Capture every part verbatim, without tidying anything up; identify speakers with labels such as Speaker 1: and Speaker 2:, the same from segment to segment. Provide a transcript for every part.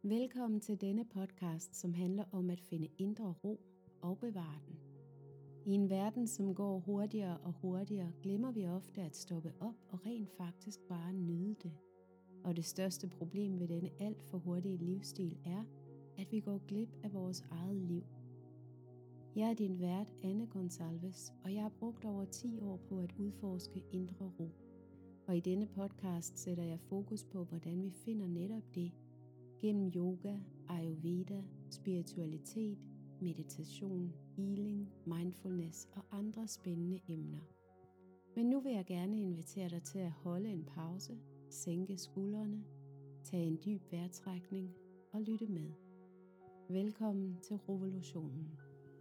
Speaker 1: Velkommen til denne podcast, som handler om at finde indre ro og bevare den. I en verden, som går hurtigere og hurtigere, glemmer vi ofte at stoppe op og rent faktisk bare nyde det. Og det største problem ved denne alt for hurtige livsstil er, at vi går glip af vores eget liv. Jeg er din vært, Anne Gonsalves, og jeg har brugt over ti år på at udforske indre ro. Og i denne podcast sætter jeg fokus på, hvordan vi finder netop det, gennem yoga, ayurveda, spiritualitet, meditation, healing, mindfulness og andre spændende emner. Men nu vil jeg gerne invitere dig til at holde en pause, sænke skuldrene, tage en dyb vejrtrækning og lytte med. Velkommen til Revolutionen.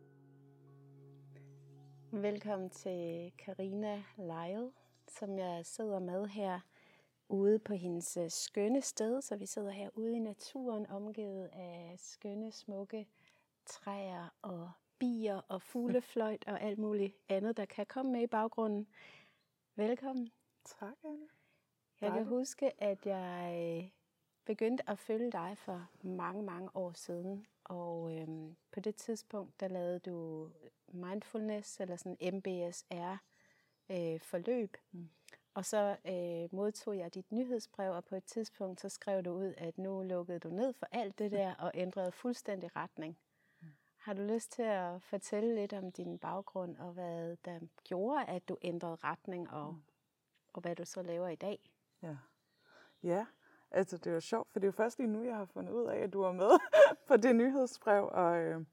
Speaker 1: Velkommen til Karina Lyle, som jeg sidder med her ude på hendes skønne sted. Så vi sidder her ude i naturen, omgivet af skønne, smukke træer og bier og fuglefløjt og alt muligt andet, der kan komme med i baggrunden. Velkommen.
Speaker 2: Tak, Anne.
Speaker 1: Jeg kan huske, at jeg begyndte at følge dig for mange, mange år siden. Og øhm, på det tidspunkt, der lavede du mindfulness, eller sådan M B S R øh, forløb. Mm. Og så øh, modtog jeg dit nyhedsbrev, og på et tidspunkt så skrev du ud, at nu lukkede du ned for alt det der og ændrede fuldstændig retning. Mm. Har du lyst til at fortælle lidt om din baggrund, og hvad der gjorde, at du ændrede retning, og, mm. og hvad du så laver i dag?
Speaker 2: Ja, ja. Altså det er jo sjovt, for det er jo først lige nu, jeg har fundet ud af, at du er med på det nyhedsbrev, og, øh,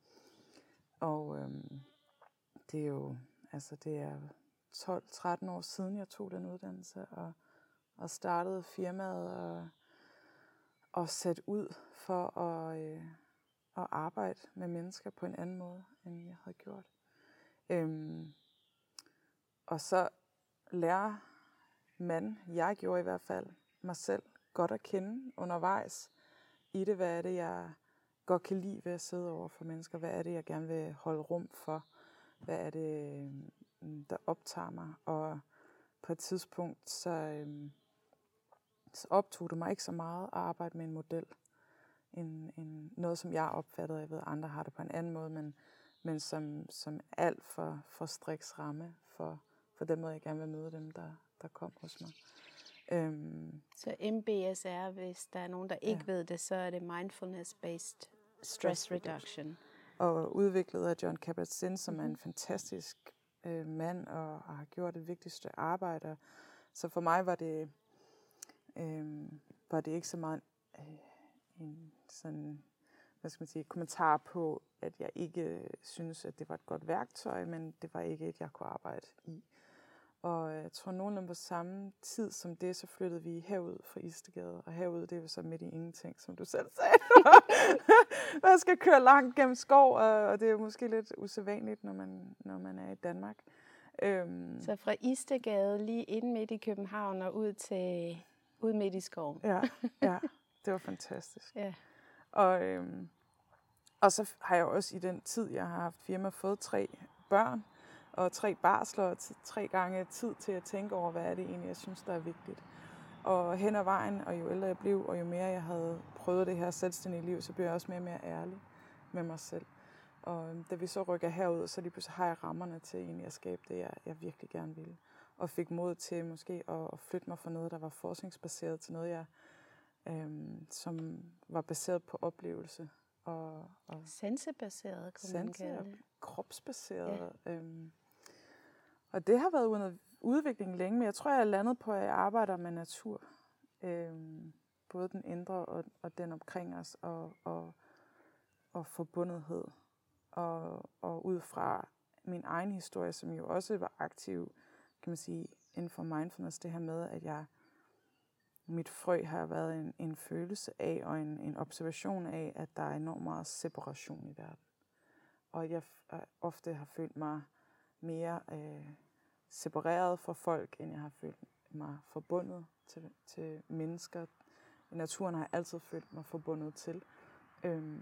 Speaker 2: og øh, det er jo, altså det er tolv tretten år siden, jeg tog den uddannelse, og, og startede firmaet, og, og sat ud for at, øh, at arbejde med mennesker på en anden måde, end jeg havde gjort. Øhm, og så lærer man, jeg gjorde i hvert fald, mig selv godt at kende undervejs i det. Hvad er det, jeg godt kan lide ved at sidde over for mennesker? Hvad er det, jeg gerne vil holde rum for? Hvad er det, der optager mig? Og på et tidspunkt, så, øhm, så optog det mig ikke så meget at arbejde med en model. En, en, noget, som jeg opfattede, jeg ved, andre har det på en anden måde, men, men som, som alt for, for striks ramme for, for den måde, jeg gerne vil møde dem, der, der kom hos mig. Øhm,
Speaker 1: så M B S R, hvis der er nogen, der ikke ja. ved det, så er det Mindfulness-Based Stress Reduction.
Speaker 2: Og udviklet af Jon Kabat-Zinn, som mm-hmm. er en fantastisk øh, mand, og har gjort et vigtigt stykke arbejde. Så for mig var det, øh, var det ikke så meget øh, en sådan, hvad skal man sige, kommentar på, at jeg ikke synes, at det var et godt værktøj, men det var ikke et, jeg kunne arbejde i. Og jeg tror, nogenlunde på samme tid som det, så flyttede vi herud fra Istedgade. Og herud, det er jo så midt i ingenting, som du selv sagde. Man skal køre langt gennem skov, og det er jo måske lidt usædvanligt, når man, når man er i Danmark. Øhm.
Speaker 1: Så fra Istedgade lige inde midt i København og ud til ud midt i skoven.
Speaker 2: Ja, ja, det var fantastisk.
Speaker 1: Ja.
Speaker 2: Og, øhm, og så har jeg også i den tid, jeg har haft firma, fået tre børn. Og tre barsler og t- tre gange tid til at tænke over, hvad er det egentlig, jeg synes, der er vigtigt. Og hen ad vejen, og jo ældre jeg blev, og jo mere jeg havde prøvet det her selvstændige liv, så blev jeg også mere og mere ærlig med mig selv. Og da vi så rykker herud, så lige pludselig har jeg rammerne til egentlig at skabe det, jeg, jeg virkelig gerne ville. Og fik mod til måske at, at flytte mig fra noget, der var forskningsbaseret, til noget, jeg, øhm, som var baseret på oplevelse. Og, og
Speaker 1: sansebaseret, kunne man kalde det.
Speaker 2: Kropsbaseret. Ja. Øhm, Og det har været under udvikling længe, men jeg tror, jeg er landet på, at jeg arbejder med natur. Øhm, både den indre og, og den omkring os, og, og, og forbundethed. Og, og ud fra min egen historie, som jo også var aktiv, kan man sige, inden for mindfulness, det her med, at jeg, mit frø har været en, en følelse af, og en, en observation af, at der er enormt meget separation i verden. Og jeg ofte har følt mig mere øh, separeret fra folk, end jeg har følt mig forbundet til, til mennesker. I naturen har jeg altid følt mig forbundet til. Øhm.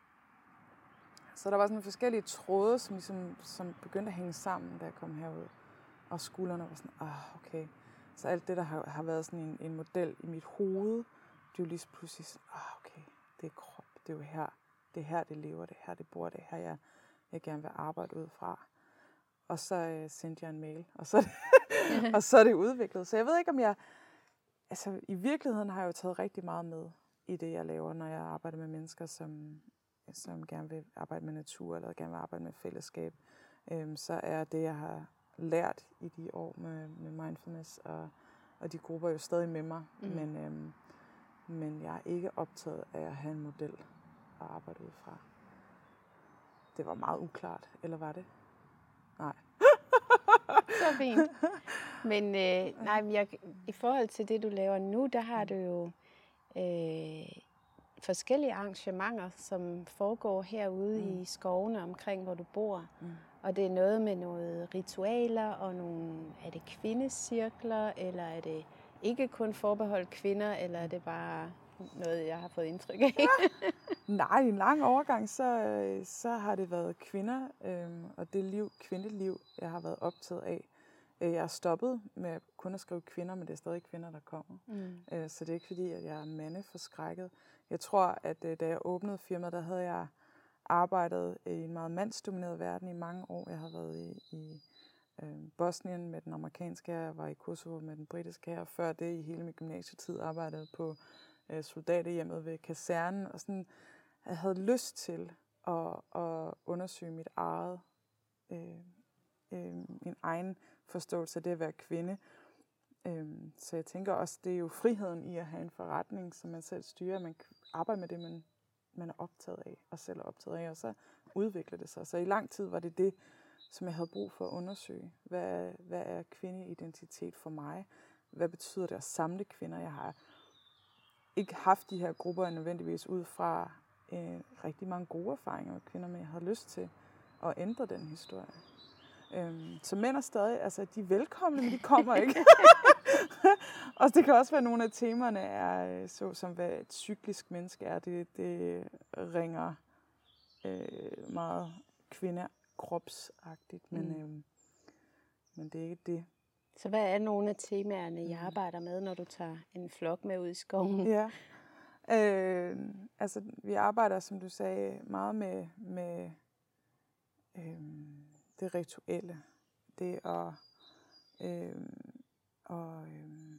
Speaker 2: Så der var sådan forskellige tråde, som, ligesom, som begyndte at hænge sammen, da jeg kom herud. Og skuldrene var sådan, ah, okay. Så alt det, der har, har været sådan en, en model i mit hoved, det er jo lige pludselig sådan, ah, okay, det er krop. det er jo her, det er her, det lever, det er her, det bor, det er her, jeg, jeg gerne vil arbejde ud fra. Og så øh, sendte jeg en mail, og så, og så er det udviklet. Så jeg ved ikke, om jeg... Altså, i virkeligheden har jeg jo taget rigtig meget med i det, jeg laver, når jeg arbejder med mennesker, som, som gerne vil arbejde med natur, eller gerne vil arbejde med fællesskab. Øhm, så er det, jeg har lært i de år med, med mindfulness, og, og de grupper er jo stadig med mig. Mm. Men, øhm, men jeg er ikke optaget af at have en model at arbejde ud fra. Det var meget uklart, eller var det? Nej.
Speaker 1: Så fint. Men øh, nej, jeg, i forhold til det, du laver nu, der har du jo øh, forskellige arrangementer, som foregår herude mm. i skovene omkring, hvor du bor. Mm. Og det er noget med nogle ritualer og nogle, er det kvindecirkler, eller er det ikke kun forbeholdt kvinder, eller er det bare noget, jeg har fået indtryk af?
Speaker 2: Nej, i en lang overgang, så, så har det været kvinder, øhm, og det liv, kvindeliv, jeg har været optaget af. Jeg har stoppet med kun at skrive kvinder, men det er stadig kvinder, der kommer. Mm. Øh, så det er ikke fordi, at jeg er mandeforskrækket. Jeg tror, at øh, da jeg åbnede firmaet, der havde jeg arbejdet i en meget mandsdomineret verden i mange år. Jeg har været i, i øh, Bosnien med den amerikanske hær, jeg var i Kosovo med den britiske hær, og før det i hele min gymnasietid arbejdede på øh, soldaterhjemmet ved kasernen, og sådan, jeg havde lyst til at, at undersøge mit eget, øh, øh, min egen forståelse af det at være kvinde. Øh, så jeg tænker også, det er jo friheden i at have en forretning, som man selv styrer, man arbejder med det, man, man er optaget af, og selv er optaget af, og så udvikler det sig. Så i lang tid var det det, som jeg havde brug for at undersøge. Hvad, hvad er kvindeidentitet for mig? Hvad betyder det at samle kvinder? Jeg har ikke haft de her grupper nødvendigvis ud fra øh, rigtig mange gode erfaringer med kvinder, men jeg havde lyst til at ændre den historie. Øhm, så mænd er stadig, altså de er velkomne, men de kommer ikke. Og det kan også være, at nogle af temaerne er, så som hvad et cyklisk menneske er, det, det ringer øh, meget kvindekropsagtigt, men, mm. øhm, men det er ikke det.
Speaker 1: Så hvad er nogle af temaerne, I arbejder med, når du tager en flok med ud i skoven?
Speaker 2: Ja, øh, altså vi arbejder, som du sagde, meget med, med øh, det rituelle. Det at, øh, og, øh,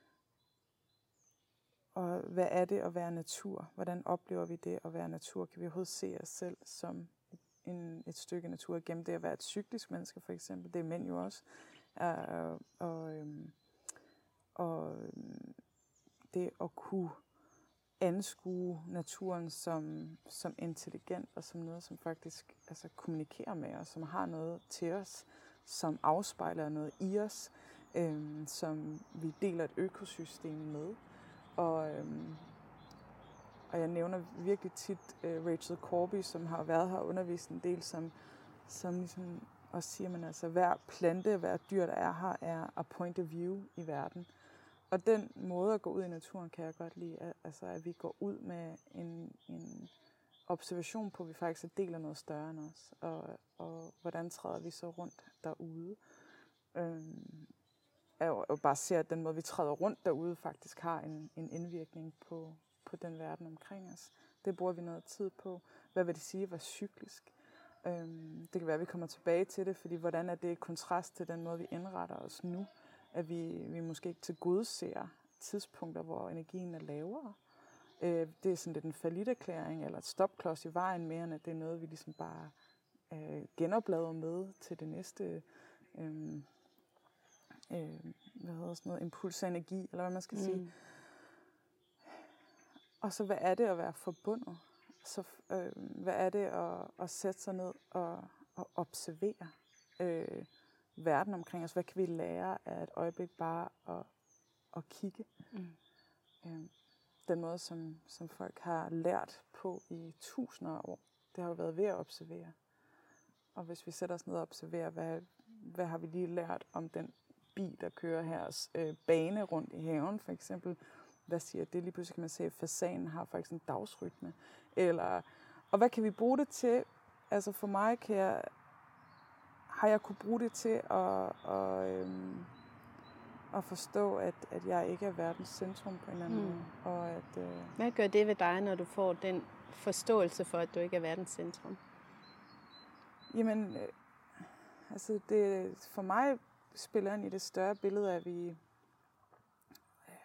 Speaker 2: og hvad er det at være natur? Hvordan oplever vi det at være natur? Kan vi overhovedet se os selv som en, et stykke natur gennem det at være et cyklisk menneske, for eksempel? Det er mænd jo også. Uh, og, øhm, og øhm, det at kunne anskue naturen som, som intelligent og som noget, som faktisk altså, kommunikerer med os, som har noget til os, som afspejler noget i os, øhm, som vi deler et økosystem med. Og, øhm, og jeg nævner virkelig tit øh, Rachel Corby, som har været her og undervist en del, som, som ligesom og siger man altså, hver plante, hver dyr, der er her, er a point of view i verden. Og den måde at gå ud i naturen, kan jeg godt lide, at, altså, at vi går ud med en, en observation på, at vi faktisk deler noget større end os. Og, og hvordan træder vi så rundt derude? Øhm, jeg jo bare ser, at den måde, vi træder rundt derude, faktisk har en, en indvirkning på, på den verden omkring os. Det bruger vi noget tid på. Hvad vil det sige at være cyklisk? Øhm, det kan være, at vi kommer tilbage til det, fordi hvordan er det i kontrast til den måde, vi indretter os nu? At vi, vi måske ikke tilgodeser tidspunkter, hvor energien er lavere. Øh, det er sådan lidt en falliterklæring eller et stopklods i vejen mere, end at det er noget, vi ligesom bare øh, genoplader med til det næste øh, øh, hvad hedder sådan noget, impuls af energi, eller hvad man skal mm. sige. Og så hvad er det at være forbundet? Så øh, hvad er det at, at sætte sig ned og, og observere øh, verden omkring os? Hvad kan vi lære af et øjeblik bare at, at kigge? Mm. Øh, den måde, som, som folk har lært på i tusinder af år, det har jo været ved at observere. Og hvis vi sætter os ned og observerer, hvad, hvad har vi lige lært om den bil, der kører her øh, bane rundt i haven, for eksempel. Hvad siger det? Lige pludselig kan man se, at fasanen har faktisk en dagsrytme. Eller, og hvad kan vi bruge det til? Altså for mig kan jeg, har jeg kunne bruge det til at, at, øhm, at forstå, at, at jeg ikke er verdens centrum på en eller anden
Speaker 1: mm.
Speaker 2: måde. Og at, øh,
Speaker 1: hvad gør det ved dig, når du får den forståelse for, at du ikke er verdens centrum?
Speaker 2: Jamen, øh, altså det, for mig spiller ind i det større billede, at vi øh,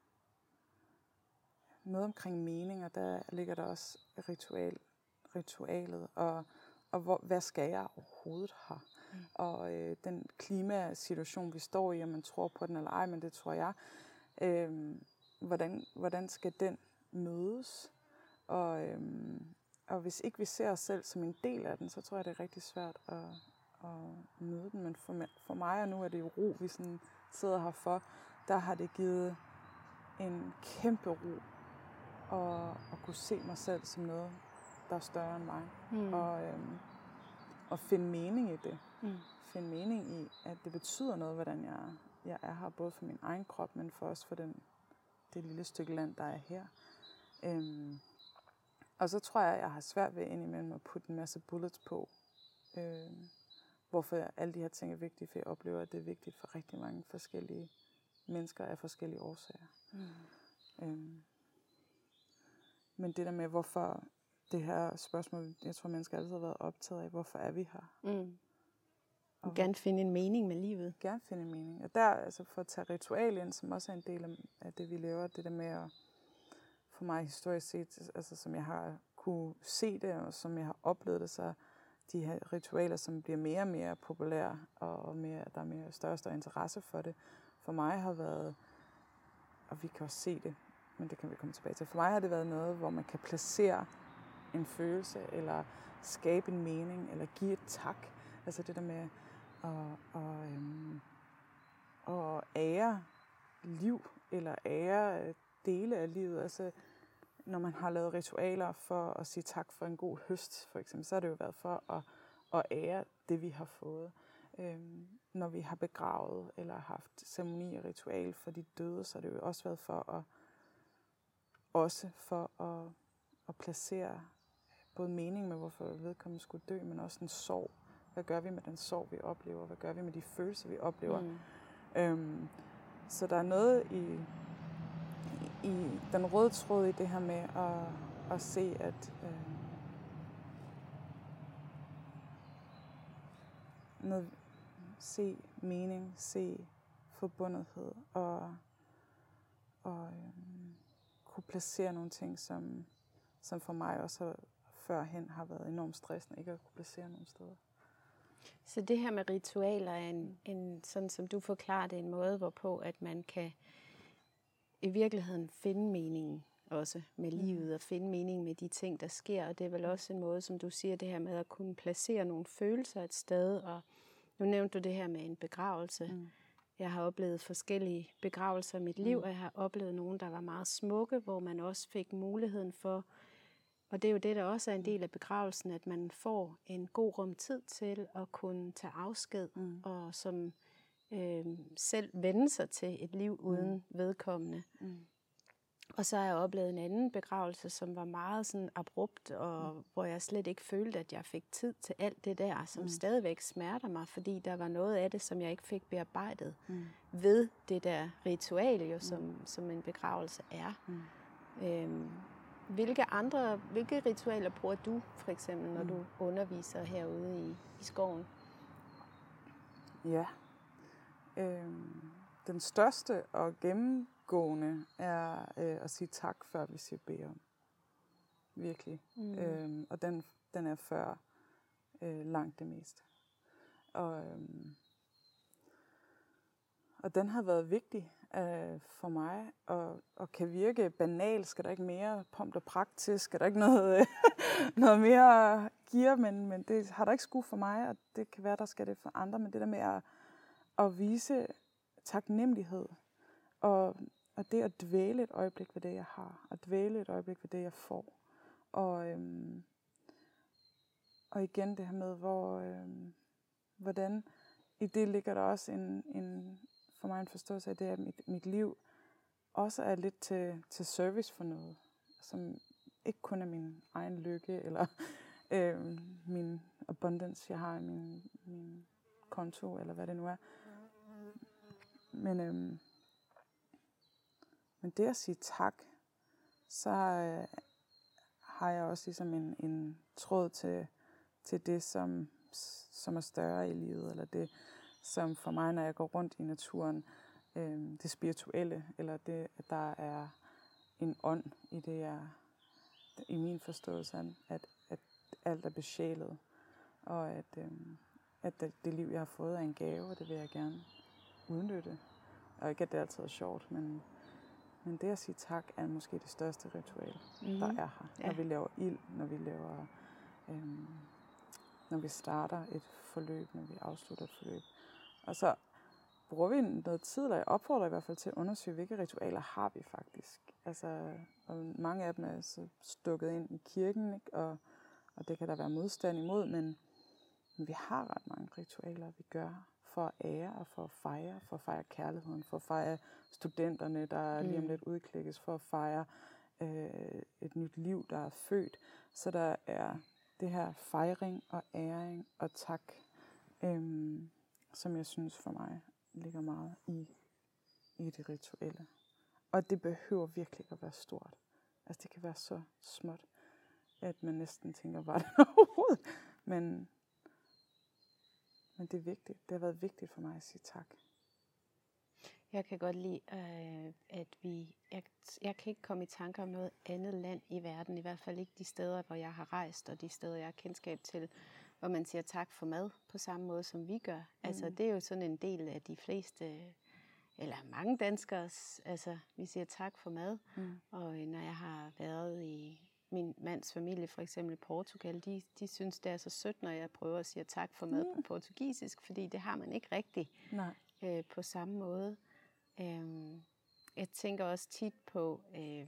Speaker 2: noget omkring mening, og der ligger der også ritual, ritualet, og, og hvor, hvad skal jeg overhovedet her? Mm. Og øh, den klimasituation, vi står i, om man tror på den eller ej, men det tror jeg, øh, hvordan, hvordan skal den mødes? Og, øh, og hvis ikke vi ser os selv som en del af den, så tror jeg, det er rigtig svært at, at møde den. Men for mig, for mig, og nu er det jo ro, vi sådan sidder her for, der har det givet en kæmpe ro at, at kunne se mig selv som noget, der er større end mig. Mm. Og, øhm, og finde mening i det. Mm. Finde mening i, at det betyder noget, hvordan jeg, jeg er her, både for min egen krop, men for også for den, det lille stykke land, der er her. Øhm, og så tror jeg, jeg har svært ved indimellem at putte en masse bullets på. Øhm, hvorfor alle de her ting er vigtige, for jeg oplever, at det er vigtigt for rigtig mange forskellige mennesker af forskellige årsager. Mm. Øhm, men det der med, hvorfor det her spørgsmål, jeg tror, mennesker altid har været optaget af, hvorfor er vi her? Mm.
Speaker 1: Og gerne finde en mening med livet.
Speaker 2: Gerne finde en mening. Og der, altså for at tage ritual ind, som også er en del af det, vi lever, det der med at, for mig historisk set, altså som jeg har kunne se det, og som jeg har oplevet det, så de her ritualer, som bliver mere og mere populære, og mere, der er mere større og større interesse for det, for mig har været, og vi kan også se det, men det kan vi komme tilbage til, for mig har det været noget, hvor man kan placere en følelse, eller skabe en mening, eller give et tak. Altså det der med at, at, øhm, at ære liv, eller ære dele af livet. Altså når man har lavet ritualer for at sige tak for en god høst, for eksempel, så har det jo været for at, at ære det, vi har fået. Øhm, når vi har begravet, eller haft ceremoni og ritual for de døde, så har det jo også været for at, også for at, at placere både mening med, hvorfor vedkommende skulle dø, men også en sorg. Hvad gør vi med den sorg, vi oplever? Hvad gør vi med de følelser, vi oplever? Mm. Øhm, så der er noget i, i, i den røde tråd i det her med at, at se, at øh, noget, se mening, se forbundethed, og, og øh, kunne placere nogle ting, som, som for mig også har, førhen har været enormt stressende, ikke at kunne placere nogle steder.
Speaker 1: Så det her med ritualer er en, en, sådan som du forklarer det, en måde, hvorpå at man kan i virkeligheden finde meningen også med livet, mm. og finde mening med de ting, der sker. Og det er vel også en måde, som du siger, det her med at kunne placere nogle følelser et sted. Og nu nævnte du det her med en begravelse. Mm. Jeg har oplevet forskellige begravelser i mit liv, mm. og jeg har oplevet nogle, der var meget smukke, hvor man også fik muligheden for. Og det er jo det, der også er en del af begravelsen, at man får en god rum tid til at kunne tage afsked, mm. og som øh, selv vende sig til et liv uden mm. vedkommende. Mm. Og så har jeg oplevet en anden begravelse, som var meget sådan abrupt, og mm. hvor jeg slet ikke følte, at jeg fik tid til alt det der, som mm. stadigvæk smerter mig, fordi der var noget af det, som jeg ikke fik bearbejdet mm. ved det der ritual, jo, som, mm. som en begravelse er. Mm. Øhm, Hvilke andre, hvilke ritualer bruger du, for eksempel, når mm. du underviser herude i, i skoven?
Speaker 2: Ja. Øhm, den største og gennemgående er øh, at sige tak, før vi siger bede om. Virkelig. Mm. Øhm, og den, den er før øh, langt det meste. Og, øhm, og den har været vigtig øh, for mig, og, og kan virke banal. Skal der ikke mere pomp og pragt til? Skal der ikke noget, øh, noget mere gear? Men, men det har der ikke sgu for mig, og det kan være, der skal det for andre. Men det der med at, at vise taknemmelighed, og, og det at dvæle et øjeblik ved det, jeg har, og dvæle et øjeblik ved det, jeg får. Og, øhm, og igen det her med, hvor, øhm, hvordan i det ligger der også en, en for mig en forståelse af det, at mit, mit liv også er lidt til, til service for noget, som ikke kun er min egen lykke, eller øh, min abundance, jeg har i min, min konto, eller hvad det nu er. Men, øh, men det at sige tak, så øh, har jeg også ligesom en, en tråd til, til det, som, som er større i livet, eller det, som for mig, når jeg går rundt i naturen, øh, det spirituelle, eller det, at der er en ånd i det, jeg, i min forståelse, at, at alt er besjælet, og at, øh, at det, det liv, jeg har fået, er en gave, og det vil jeg gerne udnytte. Og ikke, at det altid er sjovt, men, men det at sige tak, er måske det største ritual, mm-hmm. der er her. Ja. Når vi laver ild, når vi laver, øh, når vi starter et forløb, når vi afslutter et forløb. Og så bruger vi noget tid, og jeg opfordrer i hvert fald til at undersøge, hvilke ritualer har vi faktisk. Altså, og mange af dem er så stukket ind i kirken, ikke? Og, og det kan der være modstand imod, men, men vi har ret mange ritualer, vi gør for at ære og for at fejre, for at fejre kærligheden, for at fejre studenterne, der mm. lige om lidt udklikkes, for at fejre øh, et nyt liv, der er født. Så der er det her fejring og æring og tak, øh, som jeg synes for mig ligger meget i, i det rituelle. Og det behøver virkelig ikke at være stort. Altså det kan være så småt, at man næsten tænker, var det overhovedet? Men, men det er vigtigt. Det har været vigtigt for mig at sige tak.
Speaker 1: Jeg kan godt lide, øh, at vi... Jeg, jeg kan ikke komme i tanker om noget andet land i verden, i hvert fald ikke de steder, hvor jeg har rejst, og de steder, jeg har kendskab til, hvor man siger tak for mad på samme måde, som vi gør. Mm. Altså, det er jo sådan en del af de fleste, eller mange danskers, altså, vi siger tak for mad. Mm. Og når jeg har været i min mands familie, for eksempel i Portugal, de, de synes, det er så sødt, når jeg prøver at sige tak for mad mm. på portugisisk, fordi det har man ikke rigtigt øh, på samme måde. Øhm, jeg tænker også tit på, øh,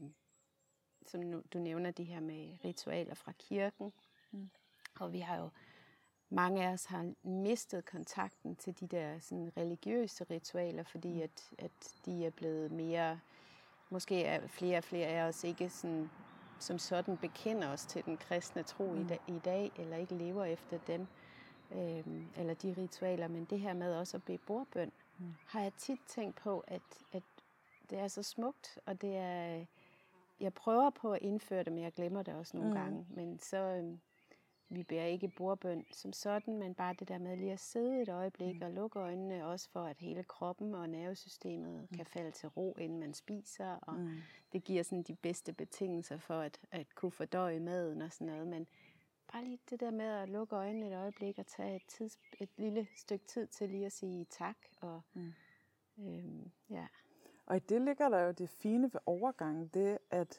Speaker 1: som nu, du nævner det her med ritualer fra kirken, mm. og vi har jo, mange af os har mistet kontakten til de der sådan, religiøse ritualer, fordi at, at de er blevet mere, måske er flere og flere af os ikke sådan, som sådan bekender os til den kristne tro mm. i, dag, i dag, eller ikke lever efter dem, øh, eller de ritualer, men det her med også at bede bordbøn, mm. har jeg tit tænkt på, at, at det er så smukt, og det er, jeg prøver på at indføre det, men jeg glemmer det også nogle mm. gange, men så, øh, vi beder ikke bordbøn som sådan, men bare det der med lige at sidde et øjeblik mm. og lukke øjnene, også for at hele kroppen og nervesystemet mm. kan falde til ro, inden man spiser, og mm. det giver sådan de bedste betingelser for at, at kunne fordøje maden og sådan noget, men bare lige det der med at lukke øjnene et øjeblik og tage et, tids, et lille stykke tid til lige at sige tak. Og, mm. øhm, ja.
Speaker 2: og i det ligger der jo det fine ved overgangen, det at,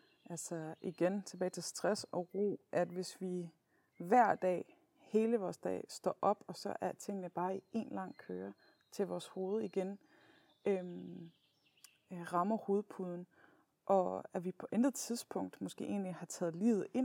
Speaker 2: altså igen tilbage til stress og ro, at hvis vi hver dag, hele vores dag, står op, og så er tingene bare i en lang køre til vores hoved igen, øhm, rammer hovedpuden, og at vi på intet tidspunkt måske egentlig har taget livet ind,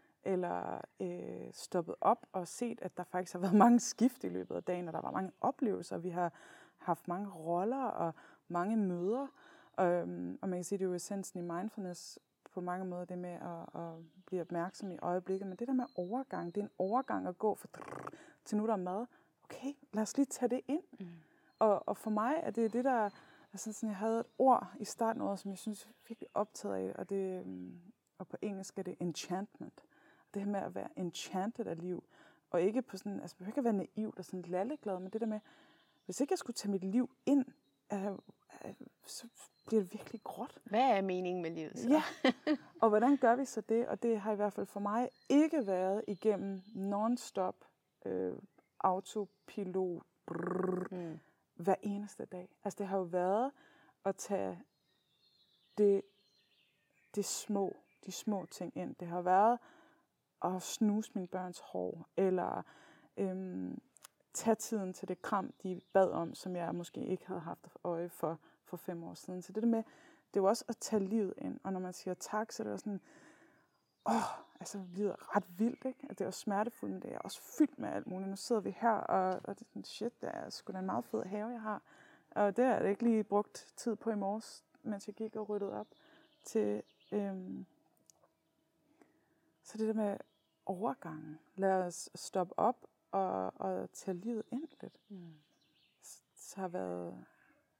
Speaker 2: eller øh, stoppet op og set, at der faktisk har været mange skift i løbet af dagen, og der var mange oplevelser, vi har haft mange roller og mange møder, øhm, og man kan sige, det er jo essensen i mindfulness på mange måder, det med at, at blive opmærksom i øjeblikket, men det der med overgang, det er en overgang at gå fra til nu der er mad. Okay, lad os lige tage det ind. Mm. Og, og for mig er det det der, altså sådan, jeg havde et ord i starten af året, som jeg synes virkelig optaget af, og, det, og på engelsk er det enchantment. Det her med at være enchanted af liv, og ikke på sådan, altså behøver ikke at være naivt og sådan lalleglad, men det der med, hvis ikke jeg skulle tage mit liv ind, øh, øh, så bliver det virkelig gråt.
Speaker 1: Hvad er meningen med livet så?
Speaker 2: Ja, og hvordan gør vi så det? Og det har i hvert fald for mig ikke været igennem non-stop øh, autopilot brrr, mm. hver eneste dag. Altså det har jo været at tage det, det små, de små ting ind. Det har været at snuse mine børns hår, eller øhm, tage tiden til det kram, de bad om, som jeg måske ikke havde haft øje for for fem år siden. Så det der med, det er jo også at tage livet ind, og når man siger tak, så er det jo sådan, åh, altså livet er ret vildt, ikke? At det er også smertefuldt, men det er også fyldt med alt muligt. Nu sidder vi her, og, og det er sådan, shit, det er sgu da en meget fed have, jeg har. Og det har jeg ikke lige brugt tid på i morges, mens jeg gik og ryddede op til, øhm, så det der med overgangen. Lad os stoppe op og, og tage livet ind lidt. Mm. Så har været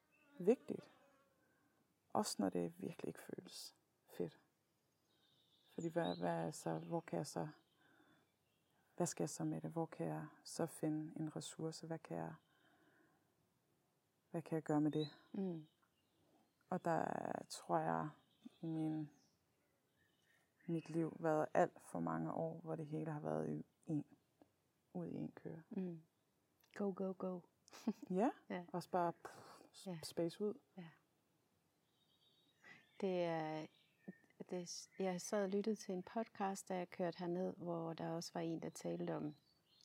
Speaker 2: vigtigt. Også når det virkelig ikke føles fedt. Fordi hvad, hvad er så, hvor kan jeg så, hvad skal jeg så med det? Hvor kan jeg så finde en ressource? Hvad kan jeg, hvad kan jeg gøre med det?
Speaker 1: Mm.
Speaker 2: Og der tror jeg i min, mit liv været alt for mange år, hvor det hele har været i en, ud i en køre.
Speaker 1: Mm. Go, go, go.
Speaker 2: Ja,
Speaker 1: Ja.
Speaker 2: også bare pff,
Speaker 1: Ja.
Speaker 2: space ud.
Speaker 1: Ja. Det er, det, jeg sad og lyttede til en podcast, da jeg kørte herned, hvor der også var en, der talte om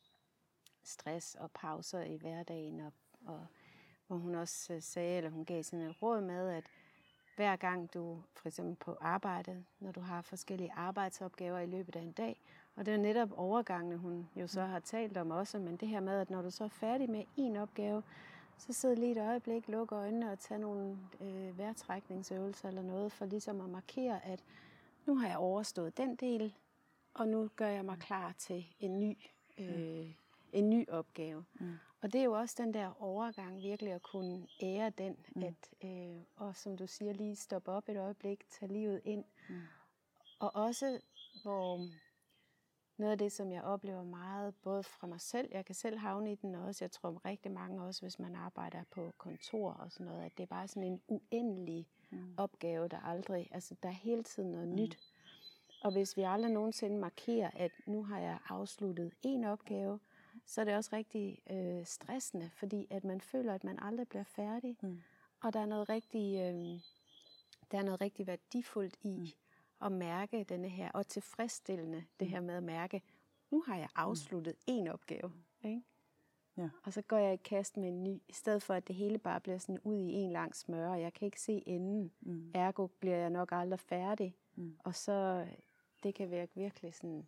Speaker 1: stress og pauser i hverdagen, og, og hvor hun også sagde, eller hun gav sådan et råd med, at hver gang du, for eksempel på arbejdet, når du har forskellige arbejdsopgaver i løbet af en dag, og det er netop overgangene, hun jo så har talt om også, men det her med, at når du så er færdig med en opgave, så sid lige et øjeblik, luk øjnene og tag nogle øh, vejrtrækningsøvelser eller noget, for ligesom at markere, at nu har jeg overstået den del, og nu gør jeg mig klar til en ny, øh, en ny opgave. Mm. Og det er jo også den der overgang, virkelig at kunne ære den, mm. at, øh, og som du siger, lige stoppe op et øjeblik, tage livet ind. Mm. Og også, hvor noget af det, som jeg oplever meget, både fra mig selv, jeg kan selv havne i den også, jeg tror rigtig mange også, hvis man arbejder på kontor og sådan noget, at det er bare sådan en uendelig mm. opgave, der aldrig, altså der er hele tiden noget mm. nyt. Og hvis vi aldrig nogensinde markerer, at nu har jeg afsluttet en opgave, så er det også rigtig øh, stressende, fordi at man føler, at man aldrig bliver færdig. Mm. Og der er noget rigtig, øh, der er noget rigtig værdifuldt i mm. at mærke denne her, og tilfredsstillende mm. det her med at mærke, nu har jeg afsluttet mm. en opgave. Ikke? Ja. Og så går jeg i kast med en ny, i stedet for at det hele bare bliver sådan ud i en lang smøre, og jeg kan ikke se enden. Mm. Ergo bliver jeg nok aldrig færdig. Mm. Og så, det kan virke virkelig sådan.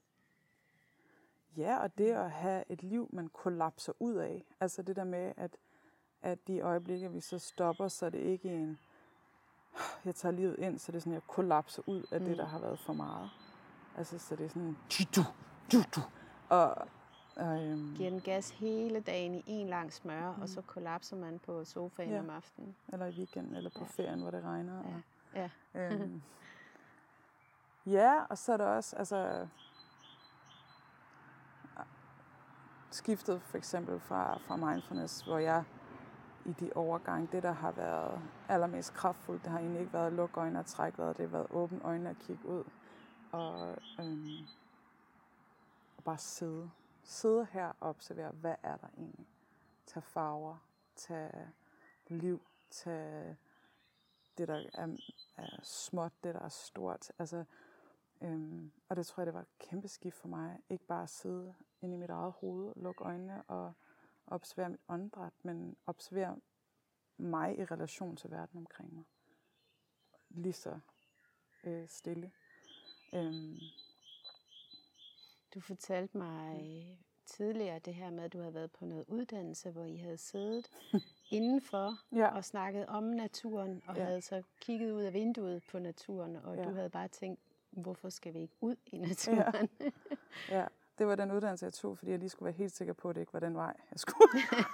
Speaker 2: Ja, og det at have et liv, man kollapser ud af. Altså det der med, at, at de øjeblikke, vi så stopper, så er det ikke en, jeg tager livet ind, så det er sådan, jeg kollapser ud af mm. det, der har været for meget. Altså så det er sådan, du, du, du. Og, og øhm,
Speaker 1: giver den gas hele dagen i en lang smøre, mm. og så kollapser man på sofaen ja. om aftenen.
Speaker 2: Eller i weekenden, eller på ja. ferien, hvor det regner.
Speaker 1: Ja,
Speaker 2: og,
Speaker 1: ja.
Speaker 2: øhm, ja, og så er der også, altså skiftet for eksempel fra, fra mindfulness, hvor jeg i de overgange, det der har været allermest kraftfuldt, det har egentlig ikke været at lukke øjnene og trække vejret, det har været åbne øjne og kigge ud. Og, øhm, og bare sidde. Sidde her og observere, hvad er der egentlig? Tag farver, tag liv, tag det, der er, er småt, det, der er stort. Altså, øhm, og det tror jeg, det var et kæmpe skift for mig. Ikke bare at sidde inde i mit eget hoved, lukke øjnene og observere mit åndedræt, men observere mig i relation til verden omkring mig. Lige så øh, stille. Øhm.
Speaker 1: Du fortalte mig tidligere det her med, at du havde været på noget uddannelse, hvor I havde siddet indenfor ja. og snakket om naturen, og ja. havde så kigget ud af vinduet på naturen, og ja. du havde bare tænkt, hvorfor skal vi ikke ud i naturen?
Speaker 2: Ja. ja. Det var den uddannelse, jeg tog, fordi jeg lige skulle være helt sikker på, at det ikke var den vej, jeg skulle.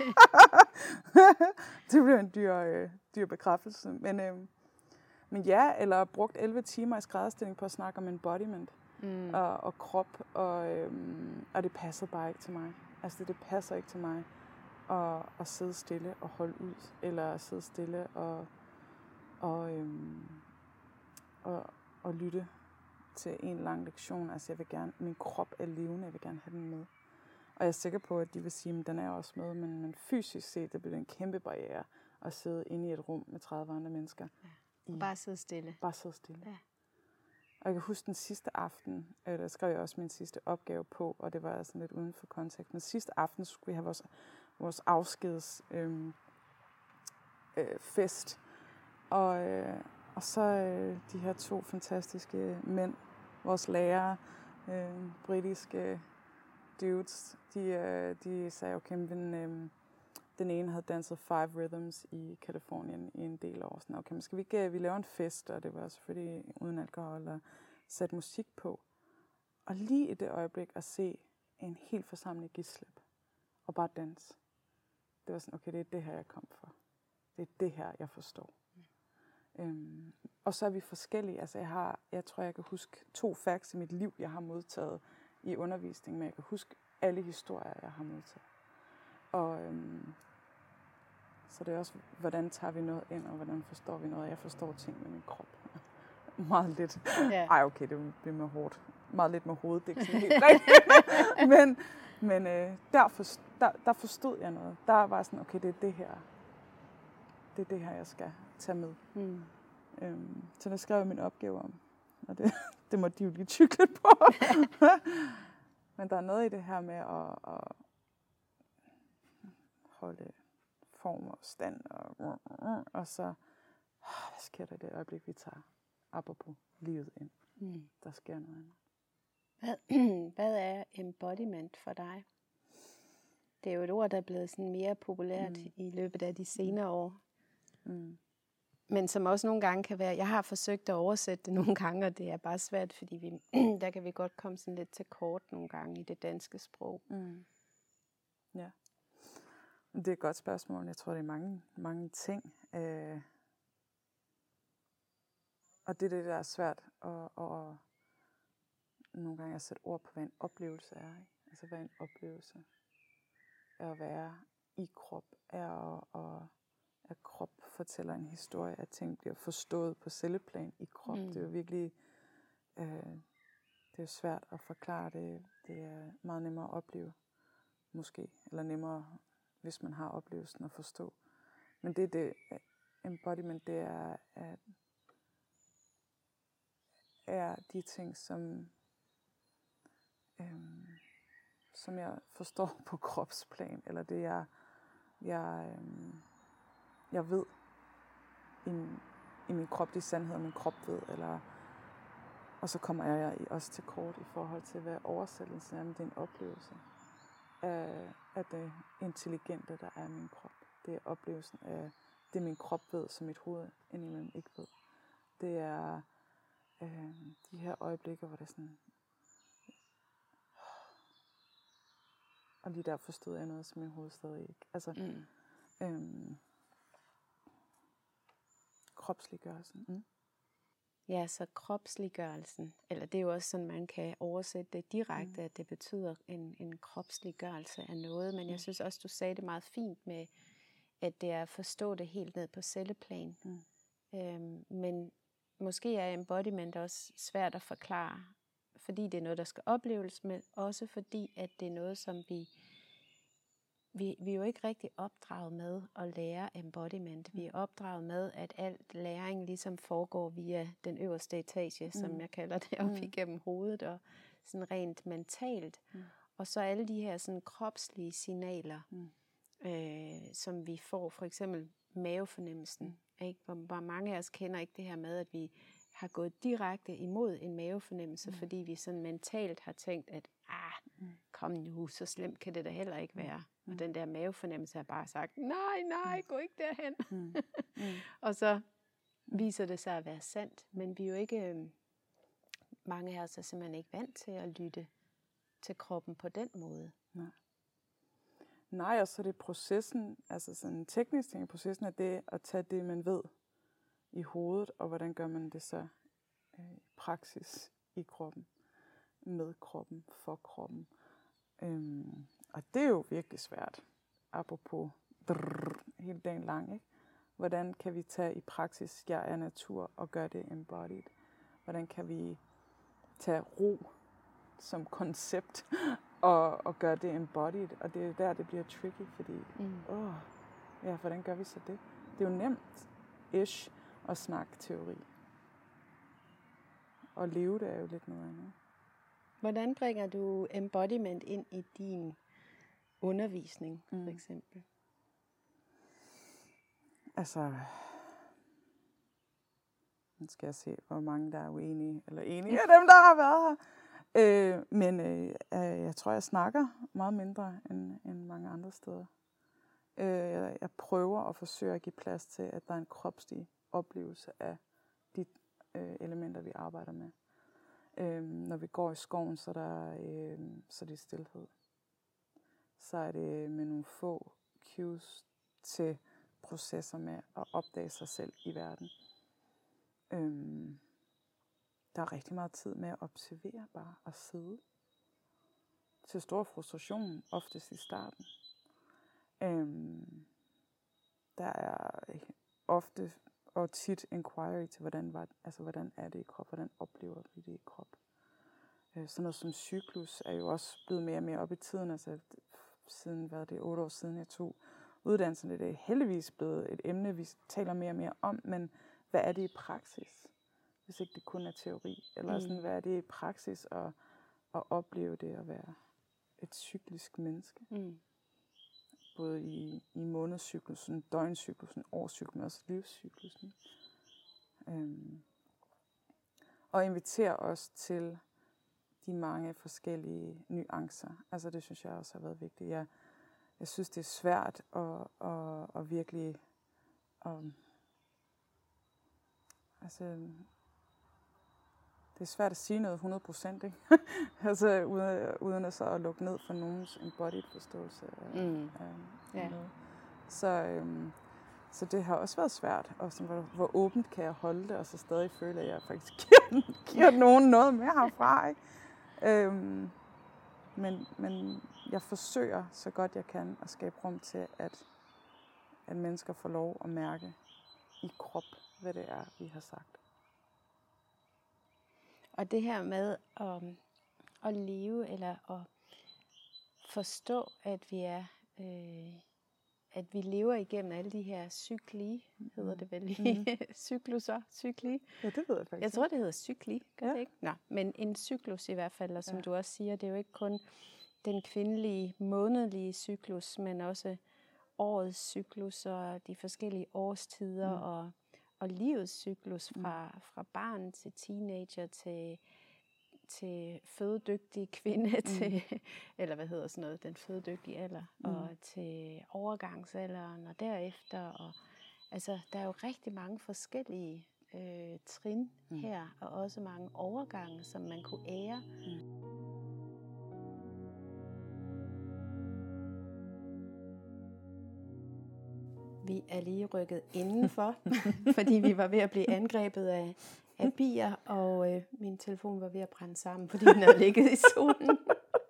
Speaker 2: Det blev en dyr, øh, dyr bekræftelse. Men, øh, men ja, eller brugt elleve timer i skrædderstilling på at snakke om embodiment mm. og, og krop, og, øh, og det passede bare ikke til mig. Altså det, det passer ikke til mig at, at sidde stille og holde ud, eller at sidde stille og, og, øh, og, og lytte til en lang lektion. Altså jeg vil gerne, min krop er levende, jeg vil gerne have den med. Og jeg er sikker på, at de vil sige, at den er også med, men, men fysisk set, det bliver en kæmpe barriere at sidde inde i et rum med tredive andre mennesker.
Speaker 1: Ja. Og I, bare sidde stille.
Speaker 2: Bare sidde stille.
Speaker 1: Ja.
Speaker 2: Og jeg kan huske den sidste aften, øh, der skrev jeg også min sidste opgave på, og det var sådan lidt uden for kontekst. Men sidste aften skulle vi have vores, vores afskeds øh, øh, fest. Og, øh, og så øh, de her to fantastiske mænd, vores lærere, øh, britiske dudes, de, øh, de sagde, okay, men, øh, den ene havde danset Five Rhythms i Californien i en del år. Sådan, okay, men skal vi ikke, vi laver en fest, og det var selvfølgelig uden alkohol, og sætte musik på. Og lige i det øjeblik at se en hel forsamling give slip, og bare danse. Det var sådan, okay, det er det her, jeg kom for. Det er det her, jeg forstår. Mm. Øhm, og så er vi forskellige. Altså jeg har, jeg tror, jeg kan huske to facts i mit liv, jeg har modtaget i undervisning, men jeg kan huske alle historier, jeg har modtaget. Og øhm, så det er også, hvordan tager vi noget ind, og hvordan forstår vi noget. Jeg forstår ting med min krop. Meget lidt. Ja. Ej, okay, det bliver med hårdt. Meget lidt med hovedet, det er ikke sådan helt rigtigt. men men øh, der, for, der, der forstod jeg noget. Der var sådan, okay, det er det her. Det er det her, jeg skal tage med. Mm. Øhm, så der skrev jeg min opgave om. Og det, det må de jo lige tykke lidt på. Men der er noget i det her med at, at holde form og stand. Og, og så, hvad sker der i det øjeblik, vi tager apropos livet ind? Mm. Der sker noget andet.
Speaker 1: Hvad, hvad er embodiment for dig? Det er jo et ord, der er blevet sådan mere populært mm. i løbet af de senere år. Mm. Men som også nogle gange kan være, jeg har forsøgt at oversætte det nogle gange, og det er bare svært, fordi vi, der kan vi godt komme sådan lidt til kort nogle gange i det danske sprog. Mm.
Speaker 2: Ja, det er et godt spørgsmål. Jeg tror, det er mange, mange ting. Øh, og det er det, der er svært at, at nogle gange at sætte ord på, hvad en oplevelse er. Ikke? Altså, hvad en oplevelse er at være i krop, er at, at, at krop fortæller en historie, at ting bliver forstået på celleplan i krop. Mm. Det er jo virkelig øh, det er svært at forklare det. Det er meget nemmere at opleve, måske, eller nemmere, hvis man har oplevelsen at forstå. Men det, det embodiment, det er, at er de ting, som øhm, som jeg forstår på kropsplan, eller det jeg jeg, øhm, jeg ved i, i min krop, de sandheder min krop ved, eller og så kommer jeg også til kort i forhold til, hvad oversættelsen er, men det er en oplevelse af, af det intelligente, der er i min krop. Det er oplevelsen af det, min krop ved, som mit hoved indimellem ikke ved. Det er øh, de her øjeblikker, hvor det er sådan, og lige der forstod jeg noget, som min hoved stadig ikke. Altså, mm. øhm, kropsliggørelsen. Mm.
Speaker 1: Ja, så kropsliggørelsen, eller det er jo også sådan, man kan oversætte det direkte, mm. at det betyder en, en kropsliggørelse af noget. Men mm. jeg synes også, du sagde det meget fint med, at det er at forstå det helt ned på celleplan. Mm. Øhm, men måske er embodiment også svært at forklare, fordi det er noget, der skal opleves, men også fordi, at det er noget, som vi, vi, vi er jo ikke rigtig opdraget med at lære embodiment. Vi er opdraget med, at alt læring ligesom foregår via den øverste etage, mm. som jeg kalder det, op mm. igennem hovedet, og sådan rent mentalt. Mm. Og så alle de her sådan kropslige signaler, mm. øh, som vi får, for eksempel mavefornemmelsen. Mm. Ikke? Hvor, hvor mange af os kender ikke det her med, at vi har gået direkte imod en mavefornemmelse, mm. fordi vi sådan mentalt har tænkt, at ah, kom nu, så slemt kan det da heller ikke være. Mm. Og den der mavefornemmelse har bare sagt, nej, nej, gå ikke derhen. Mm. Mm. Og så viser det sig at være sandt, men vi er jo ikke, øh, mange af os er simpelthen ikke vant til at lytte til kroppen på den måde.
Speaker 2: Nej. Nej, og så er det processen, altså sådan en teknisk ting i processen, er det at tage det, man ved i hovedet, og hvordan gør man det så øh, i praksis i kroppen, med kroppen, for kroppen. Øhm, og det er jo virkelig svært, apropos drrr, hele dagen lang, ikke? Hvordan kan vi tage i praksis, jeg er natur, og gøre det embodied? Hvordan kan vi tage ro som koncept, og, og gøre det embodied? Og det er der, det bliver tricky, fordi, mm. åh, ja, hvordan gør vi så det? Det er jo nemt-ish at snakke teori. Og leve det er jo lidt noget andet.
Speaker 1: Hvordan bringer du embodiment ind i din undervisning, mm. for eksempel?
Speaker 2: Altså, nu skal jeg se, hvor mange der er uenige, eller enige af dem, der har været her. Øh, men øh, jeg tror, jeg snakker meget mindre end, end mange andre steder. Øh, jeg, jeg prøver at forsøge at give plads til, at der er en kropslig oplevelse af de øh, elementer, vi arbejder med. Øh, når vi går i skoven, så er, der, øh, så er det stilhed. Så er det med nogle få cues til processer med at opdage sig selv i verden. Øhm, der er rigtig meget tid med at observere bare og sidde. Til stor frustration, oftest i starten. Øhm, der er ofte og tit inquiry til, hvordan, var, altså, hvordan er det i krop, hvordan oplever vi det i krop. Øh, sådan noget som cyklus er jo også blevet mere og mere op i tiden, altså siden, hvad det er, otte år siden jeg tog uddannelsen, det er heldigvis blevet et emne, vi taler mere og mere om, men hvad er det i praksis, hvis ikke det kun er teori, eller mm. sådan, hvad er det i praksis at, at opleve det at være et cyklisk menneske. Mm. Både i, i månedscyklusen, døgncyklusen, årscyklusen, men også livscyklusen. Øhm. Og inviterer os til de mange forskellige nuancer. Altså det synes jeg også har været vigtigt. Jeg, jeg synes, det er svært at, at, at virkelig... At, altså, det er svært at sige noget hundrede procent, ikke? altså uden, uden at så at lukke ned for nogens embodied forståelse af,
Speaker 1: mm.
Speaker 2: af
Speaker 1: ja.
Speaker 2: noget. Så, øhm, så det har også været svært, og sådan, hvor, hvor åbent kan jeg holde det, og så stadig føle, at jeg faktisk giver, giver nogen noget med herfra, ikke? Øhm, men, men jeg forsøger så godt jeg kan at skabe rum til, at, at mennesker får lov at mærke i krop, hvad det er, vi har sagt.
Speaker 1: Og det her med at, at leve, eller at forstå, at vi er, øh, at vi lever igennem alle de her cykli, hedder det vel lige, mm. cykluser, cykli.
Speaker 2: Ja, det ved jeg faktisk.
Speaker 1: Jeg tror, det hedder cykli, gør
Speaker 2: ja.
Speaker 1: det ikke? Nå, men en cyklus i hvert fald, og som ja. du også siger, det er jo ikke kun den kvindelige månedlige cyklus, men også årets cyklus og de forskellige årstider mm. og og livets cyklus fra, fra barn til teenager til, til fødedygtig kvinde, mm. til, eller hvad hedder sådan noget, den fødedygtige alder, mm. og til overgangsalderen og derefter. Og, altså, der er jo rigtig mange forskellige øh, trin mm. her, og også mange overgange, som man kunne ære. Mm. Vi er lige rykket indenfor, fordi vi var ved at blive angrebet af, af bier, og øh, min telefon var ved at brænde sammen, fordi den havde ligget i solen.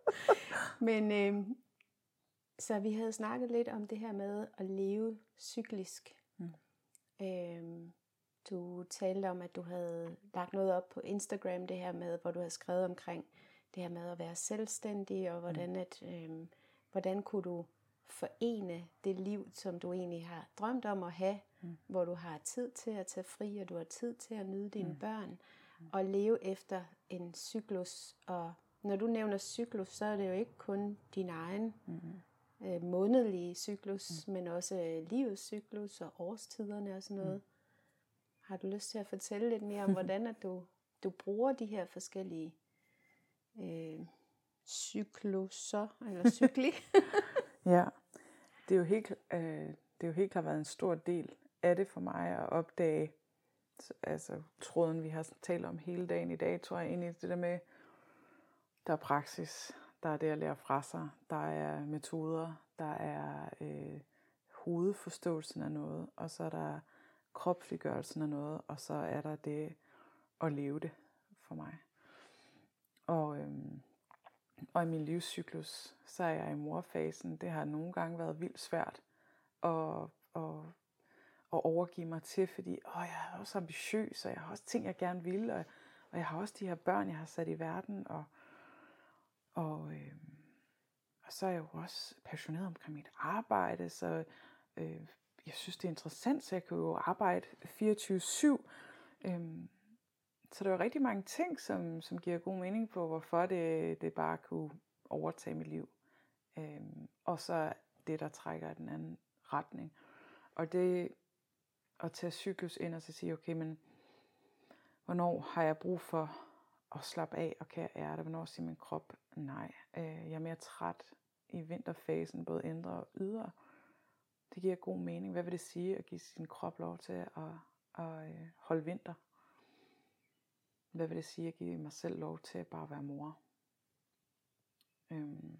Speaker 1: Men øh, så vi havde snakket lidt om det her med at leve cyklisk. Mm. Øh, du talte om, at du havde lagt noget op på Instagram, det her med, hvor du havde skrevet omkring det her med at være selvstændig, og hvordan, at, øh, hvordan kunne du forene det liv, som du egentlig har drømt om at have, mm. hvor du har tid til at tage fri, og du har tid til at nyde dine mm. børn, mm. og leve efter en cyklus. Og når du nævner cyklus, så er det jo ikke kun din egen mm. øh, månedlige cyklus, mm. men også øh, livets cyklus og årstiderne og sådan noget. Mm. Har du lyst til at fortælle lidt mere om, hvordan at du, du bruger de her forskellige øh, cykluser, eller cykli?
Speaker 2: Ja, det er jo helt, øh, det er jo helt klart været en stor del af det for mig at opdage, altså tråden vi har talt om hele dagen i dag, tror jeg egentlig, det der med, der er praksis, der er det at lære fra sig, der er metoder, der er øh, hovedforståelsen af noget, og så er der kropsliggørelsen af noget, og så er der det at leve det for mig. Og øhm, Og i min livscyklus, så er jeg i morfasen. Det har nogle gange været vildt svært at, at, at overgive mig til, fordi åh, jeg er også ambitiøs, og jeg har også ting, jeg gerne vil, og, og jeg har også de her børn, jeg har sat i verden, og, og, øh, og så er jeg jo også passioneret omkring mit arbejde, så øh, jeg synes, det er interessant, så jeg kan jo arbejde fireogtyve syv. Øh, Så der er rigtig mange ting, som, som giver god mening på, hvorfor det, det bare kunne overtage mit liv. Øhm, og så det, der trækker i den anden retning. Og det at tage cyklus ind og så sige, okay, men hvornår har jeg brug for at slappe af, og kan jeg ære det? Hvornår siger min krop, nej, øh, jeg er mere træt i vinterfasen, både indre og ydre. Det giver god mening. Hvad vil det sige at give sin krop lov til at, at, at holde vinter? Hvad vil det sige at give mig selv lov til at bare være mor? Øhm.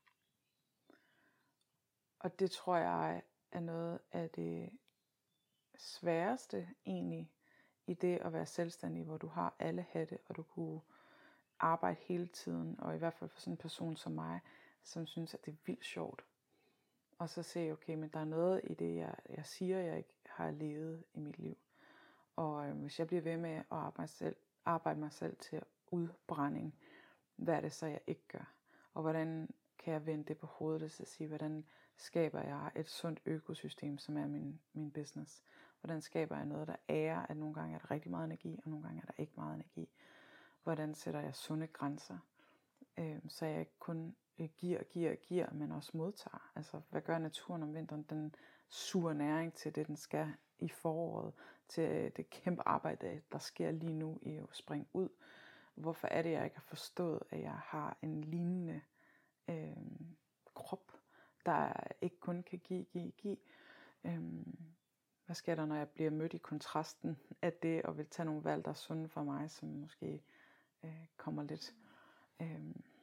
Speaker 2: Og det tror jeg er noget af det sværeste egentlig i det at være selvstændig, hvor du har alle hatte, og du kunne arbejde hele tiden, og i hvert fald for sådan en person som mig, som synes, at det er vildt sjovt. Og så se, okay, men der er noget i det, jeg, jeg siger, jeg ikke har levet i mit liv. Og øh, hvis jeg bliver ved med at arbejde mig selv, arbejde mig selv til udbrænding, hvad er det så, jeg ikke gør? Og hvordan kan jeg vende det på hovedet, til at sige, hvordan skaber jeg et sundt økosystem, som er min, min business? Hvordan skaber jeg noget, der ærer, at nogle gange er der rigtig meget energi, og nogle gange er der ikke meget energi? Hvordan sætter jeg sunde grænser, øh, så jeg ikke kun giver, giver, giver, men også modtager? Altså, hvad gør naturen om vinteren? Den suger næring til det, den skal i foråret, til det kæmpe arbejde, der sker lige nu i at springe ud. Hvorfor er det, jeg ikke har forstået, at jeg har en lignende øh, krop, der ikke kun kan give, give, give? Øh, hvad sker der, når jeg bliver mødt i kontrasten af det, og vil tage nogle valg, der er sunde for mig, som måske øh, kommer lidt øh,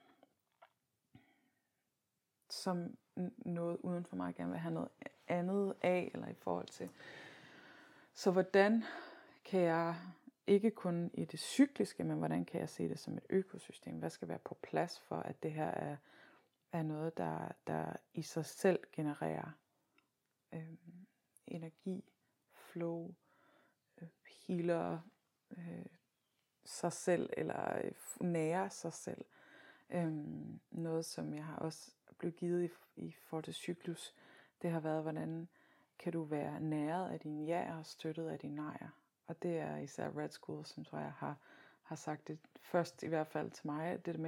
Speaker 2: som noget uden for mig, jeg gerne vil have noget andet af, eller i forhold til. Så hvordan kan jeg, ikke kun i det cykliske, men hvordan kan jeg se det som et økosystem? Hvad skal være på plads for, at det her er, er noget, der, der i sig selv genererer øh, energi, flow, øh, healer øh, sig selv, eller øh, nærer sig selv. Øh, noget, som jeg har også blevet givet i, i forhold til cyklus, det har været, hvordan kan du være næret af dine ja'er og støttet af dine nejer. Og det er især Red School, som tror jeg har, har sagt det først, i hvert fald til mig, det der med,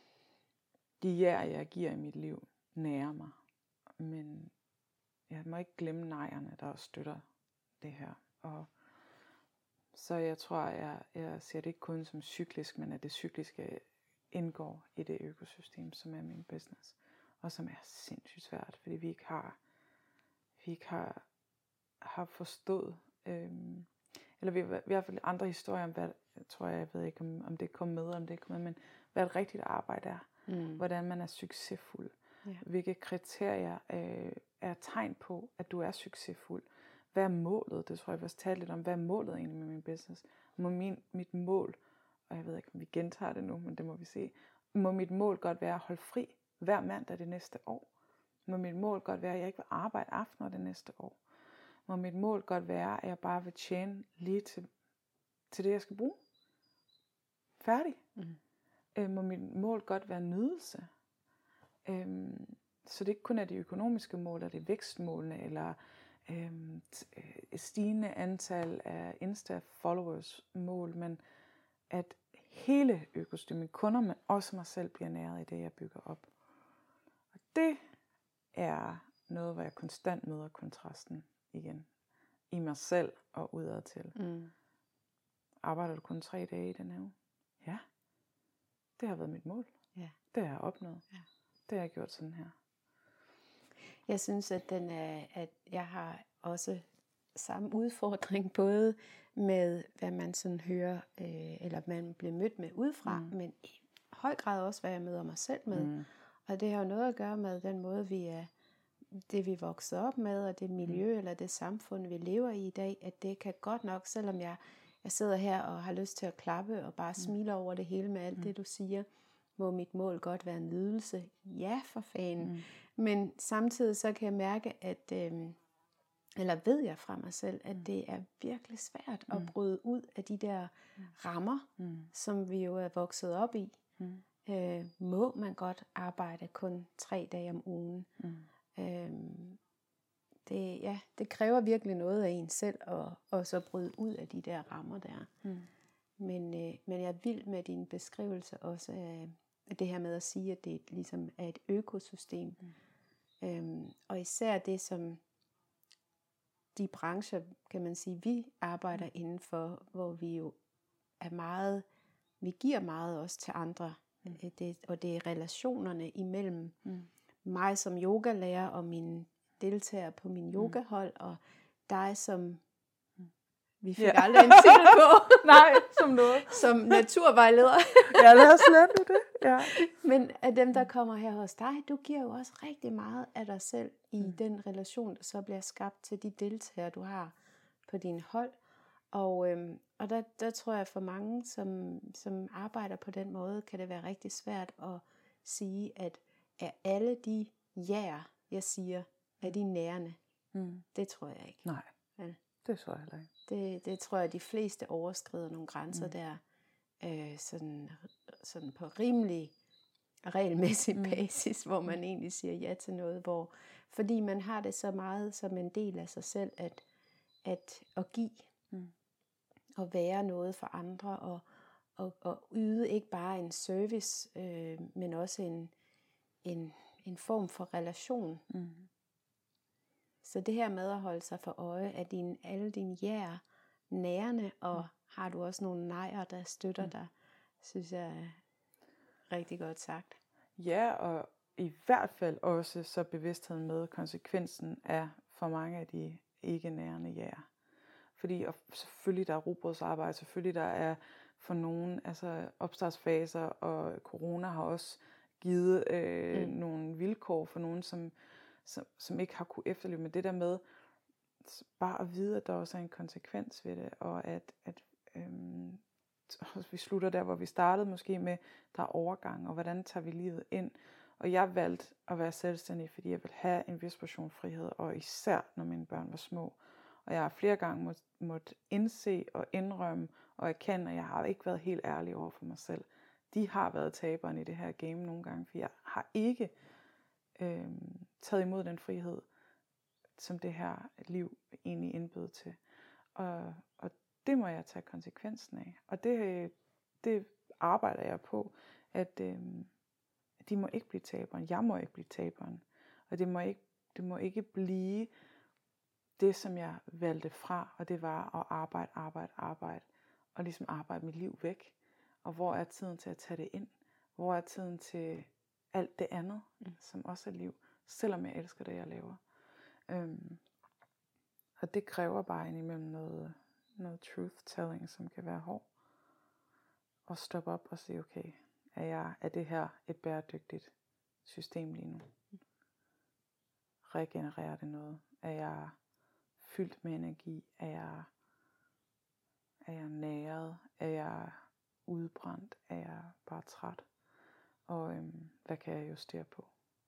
Speaker 2: de ja'er, jeg giver i mit liv, nærer mig. Men jeg må ikke glemme nejerne, der også støtter det her. Og så jeg tror, jeg, jeg ser det ikke kun som cyklisk, men at det cykliske indgår i det økosystem, som er min business. Og som er sindssygt svært, fordi vi ikke har, vi ikke har, har forstået, øhm, eller vi har i hvert fald andre historier om, hvad, jeg tror jeg, jeg ved ikke, om, om det kom med, om det kom med, men hvad et rigtigt arbejde er. Mm. Hvordan man er succesfuld. Ja. Hvilke kriterier øh, er tegn på, at du er succesfuld. Hvad er målet? Det tror jeg, jeg også talte lidt om. Hvad er målet egentlig med min business? Må min, mit mål, og jeg ved ikke, om vi gentager det nu, men det må vi se. Må mit mål godt være at holde fri hver mandag det næste år? Må mit mål godt være, at jeg ikke vil arbejde aftener det næste år? Må mit mål godt være, at jeg bare vil tjene lige til, til det, jeg skal bruge? Færdig. Mm. Øh, må mit mål godt være nydelse? Øhm, så det ikke kun er de økonomiske mål, eller det vækstmålene, eller øhm, et stigende antal af Insta-followers mål, men at hele økosystemet, kunder, men også mig selv, bliver næret i det, jeg bygger op. Og det er noget, hvor jeg konstant møder kontrasten igen. I mig selv og udad til. Mm. Arbejder du kun tre dage i den her uge? Ja. Det har været mit mål. Ja. Det har jeg opnået. Ja. Det har jeg gjort sådan her.
Speaker 1: Jeg synes, at, den er, at jeg har også samme udfordring, både med, hvad man sådan hører, øh, eller man bliver mødt med udefra, mm. men i høj grad også, hvad jeg møder mig selv med. Mm. Og det har jo noget at gøre med den måde, vi er, det vi vokser op med, og det miljø, mm. eller det samfund, vi lever i i dag, at det kan godt nok, selvom jeg, jeg sidder her og har lyst til at klappe, og bare mm. smiler over det hele med alt mm. det, du siger, må mit mål godt være en nydelse. Ja, for fanden. Mm. Men samtidig så kan jeg mærke, at, øh, eller ved jeg fra mig selv, at mm. det er virkelig svært mm. at bryde ud af de der mm. rammer, mm. som vi jo er vokset op i. Mm. Øh, må man godt arbejde kun tre dage om ugen. Mm. Øh, det, ja, det kræver virkelig noget af en selv, at, at så bryde ud af de der rammer der. Mm. Men, øh, men jeg er vild med din beskrivelse også af det her med at sige, at det ligesom er et økosystem. Mm. Øhm, og især det, som de brancher, kan man sige, vi arbejder mm. indenfor, hvor vi jo er meget, vi giver meget også til andre. Mm. Det, og det er relationerne imellem mm. mig som yogalærer og mine deltagere på min yogahold, og dig som vi fik ja. aldrig en titel på.
Speaker 2: Nej, som noget.
Speaker 1: Som naturvejleder.
Speaker 2: Ja, lad os lade det. Ja.
Speaker 1: Men af dem, der kommer her hos dig, du giver jo også rigtig meget af dig selv i mm. den relation, der så bliver skabt til de deltagere, du har på din hold. Og, øhm, og der, der tror jeg for mange, som, som arbejder på den måde, kan det være rigtig svært at sige, at er alle de jær, jeg siger, er de nærende.
Speaker 2: Mm.
Speaker 1: Det tror jeg ikke.
Speaker 2: Nej,
Speaker 1: Ja.
Speaker 2: det tror jeg heller ikke.
Speaker 1: Det, det tror jeg, de fleste overskrider nogle grænser
Speaker 2: Mm.
Speaker 1: der, øh, sådan, sådan på rimelig regelmæssig
Speaker 2: Mm.
Speaker 1: basis, hvor man egentlig siger ja til noget, hvor, fordi man har det så meget som en del af sig selv, at, at, at give,
Speaker 2: Mm.
Speaker 1: og være noget for andre, og, og, og yde ikke bare en service, øh, men også en, en, en form for relation.
Speaker 2: Mm.
Speaker 1: Så det her med at holde sig for øje, at din, alle dine jær nærende, og mm. har du også nogle nejer, der støtter mm. dig, synes jeg er rigtig godt sagt.
Speaker 2: Ja, og i hvert fald også så bevidstheden med konsekvensen af for mange af de ikke nærende jær. Fordi og selvfølgelig der er rugbrødsarbejde, selvfølgelig der er for nogen altså opstartsfaser, og corona har også givet øh, mm. nogle vilkår for nogen, som, som, som ikke har kunne efterleve. Men det der med bare at vide, at der også er en konsekvens ved det, og at, at øhm, vi slutter der, hvor vi startede måske med, der er overgang, og hvordan tager vi livet ind. Og jeg valgte at være selvstændig, fordi jeg ville have en vis portion frihed, og især når mine børn var små. Og jeg har flere gange måtte, måtte indse og indrømme og erkende, at jeg har ikke været helt ærlig over for mig selv. De har været taberne i det her game nogle gange, for jeg har ikke øh, taget imod den frihed, som det her liv egentlig indbød til. Og, og det må jeg tage konsekvensen af. Og det, det arbejder jeg på, at øh, de må ikke blive taberen. Jeg må ikke blive taberen. Og det må ikke, det må ikke blive det, som jeg valgte fra, og det var at arbejde, arbejde, arbejde, og ligesom arbejde mit liv væk. Og hvor er tiden til at tage det ind? Hvor er tiden til alt det andet, mm. som også er liv, selvom jeg elsker det, jeg laver? Øhm, og det kræver bare indimellem noget, noget truth-telling, som kan være hård. Og stoppe op og sige, okay, er, jeg, er det her et bæredygtigt system lige nu? Regenererer det noget? Er jeg fyldt med energi? Er jeg, er jeg næret? Er jeg udbrændt? Er jeg bare træt? Og øhm, hvad kan jeg justere på?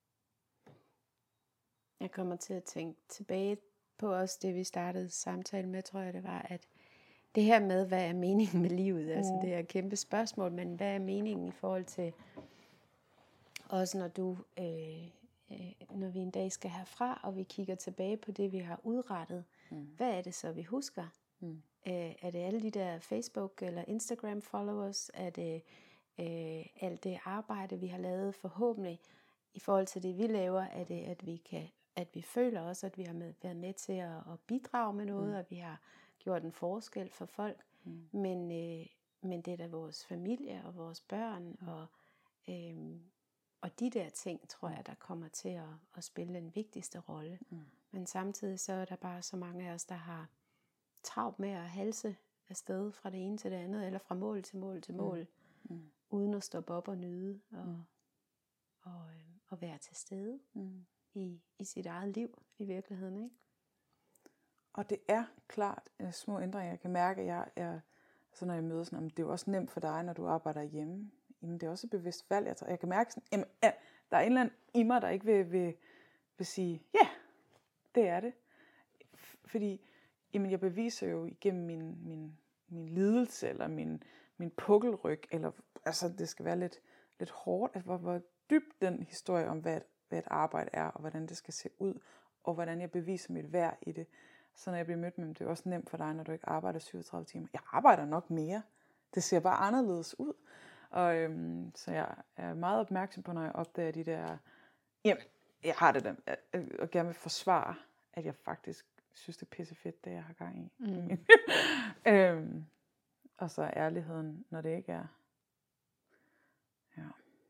Speaker 1: Jeg kommer til at tænke tilbage på også det, vi startede samtalen med, tror jeg det var, at det her med, hvad er meningen med livet? Mm. Altså det er et kæmpe spørgsmål, men hvad er meningen i forhold til, også når du, øh, øh, når vi en dag skal herfra, og vi kigger tilbage på det, vi har udrettet, mm. hvad er det så, vi husker? Mm. Øh, er det alle de der Facebook- eller Instagram-followers? Er det øh, alt det arbejde, vi har lavet forhåbentlig? I forhold til det, vi laver, er det, at vi, kan, at vi føler også, at vi har med, været med til at, at bidrage med noget, mm. og vi har gjort en forskel for folk. Mm. Men, øh, men det er da vores familie og vores børn, mm. og, øh, og de der ting, tror jeg, der kommer til at, at spille den vigtigste rolle. Mm. Men samtidig så er der bare så mange af os, der har travlt med at halse afsted fra det ene til det andet, eller fra mål til mål til mål, mm. Mm. uden at stoppe op og nyde, og, mm. og, øh, og være til stede mm. i, i sit eget liv i virkeligheden, ikke?
Speaker 2: Og det er klart uh, små ændringer. Jeg kan mærke, at jeg er, så når jeg møder sådan, det er jo også nemt for dig, når du arbejder hjemme. Jamen, det er også et bevidst valg. Jeg, jeg kan mærke, sådan, jamen, ja, der er en eller anden i mig, der ikke vil, vil, vil sige, ja, det er det. Fordi jamen, jeg beviser jo igennem min, min, min lidelse, eller min, min pukkelryg, eller altså, det skal være lidt, lidt hårdt, altså, hvor, hvor dybt den historie om, hvad et, hvad et arbejde er, og hvordan det skal se ud, og hvordan jeg beviser mit værd i det. Så når jeg bliver mødt med dem, det er også nemt for dig, når du ikke arbejder syvogtredive timer. Jeg arbejder nok mere. Det ser bare anderledes ud. Og øhm, så jeg er meget opmærksom på, når jeg opdager de der, jamen, jeg har det der, og gerne vil forsvare, at jeg faktisk synes, det er pissefedt, det jeg har gang i. Mm. øhm, og så ærligheden, når det ikke er. Ja.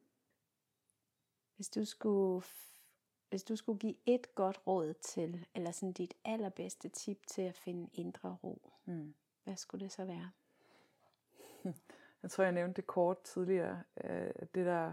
Speaker 1: Hvis du skulle, hvis du skulle give et godt råd til, eller sådan dit allerbedste tip til at finde indre ro, mm. hvad skulle det så være?
Speaker 2: Jeg tror, jeg nævnte det kort tidligere. Det der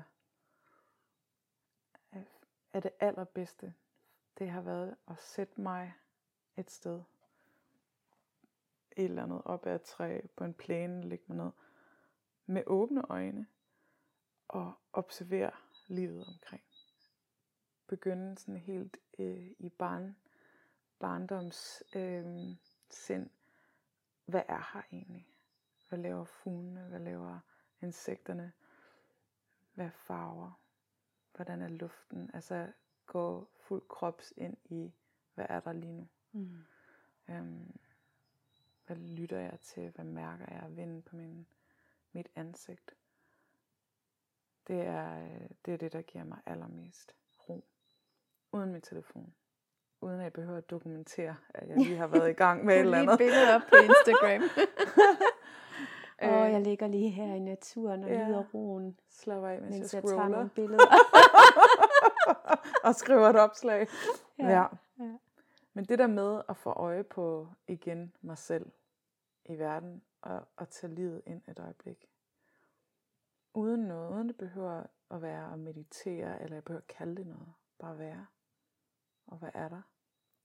Speaker 2: er det allerbedste, det har været at sætte mig et sted et eller andet op ad et træ, på en plæne, lægge mig ned med åbne øjne og observere livet omkring. Begynde sådan helt øh, i barn, barndoms øh, sind. Hvad er her egentlig? Hvad laver fuglene? Hvad laver insekterne? Hvad er farver? Hvordan er luften? Altså gå fuld krops ind i, hvad er der lige nu? Mm. Øhm, hvad lytter jeg til? Hvad mærker jeg af vinden på min, mit ansigt? Det er, det er det, der giver mig allermest ro. Uden min telefon. Uden at jeg behøver at dokumentere, at jeg lige har været i gang med et eller andet.
Speaker 1: Du lige et billede op på Instagram. Og oh, jeg ligger lige her i naturen og ja. nyder roen.
Speaker 2: Slapper af, mens,
Speaker 1: mens
Speaker 2: jeg,
Speaker 1: jeg
Speaker 2: scroller.
Speaker 1: tager nogle billeder.
Speaker 2: Og skriver et opslag.
Speaker 1: Ja.
Speaker 2: Ja.
Speaker 1: Ja.
Speaker 2: Men det der med at få øje på igen mig selv i verden, og, og tage livet ind et øjeblik. Uden noget, uden det behøver at være at meditere, eller jeg behøver at kalde det noget. Bare være. Og hvad er der?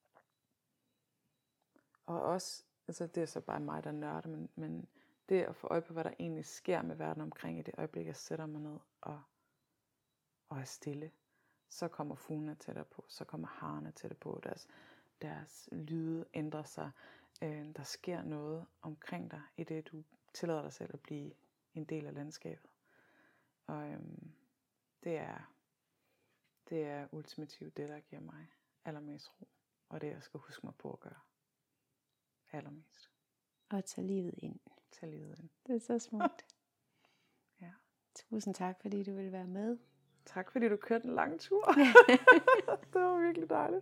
Speaker 2: Og også, altså det er så bare mig, der nørder, men, men det at få øje på, hvad der egentlig sker med verden omkring i det øjeblik, jeg sætter mig ned og, og er stille. Så kommer fuglene tættere på, så kommer harerne tættere på, deres, deres lyde ændrer sig. Øh, der sker noget omkring dig, i det du tillader dig selv at blive en del af landskabet. Og øhm, det er det er ultimativt det, der giver mig allermest ro. Og det, jeg skal huske mig på at gøre allermest.
Speaker 1: Og tage livet ind.
Speaker 2: Tage livet ind.
Speaker 1: Det er så smukt.
Speaker 2: Ja.
Speaker 1: Tusind tak, fordi du ville være med.
Speaker 2: Tak, fordi du kørte en lang tur. Det var virkelig dejligt.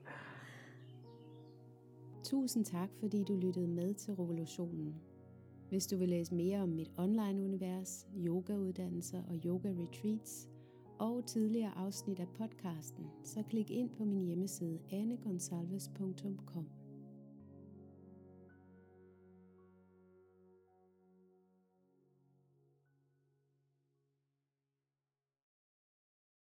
Speaker 1: Tusind tak, fordi du lyttede med til Revolutionen. Hvis du vil læse mere om mit online-univers, yogauddannelser og yoga-retreats, og tidligere afsnit af podcasten, så klik ind på min hjemmeside ane gonsalves punktum com.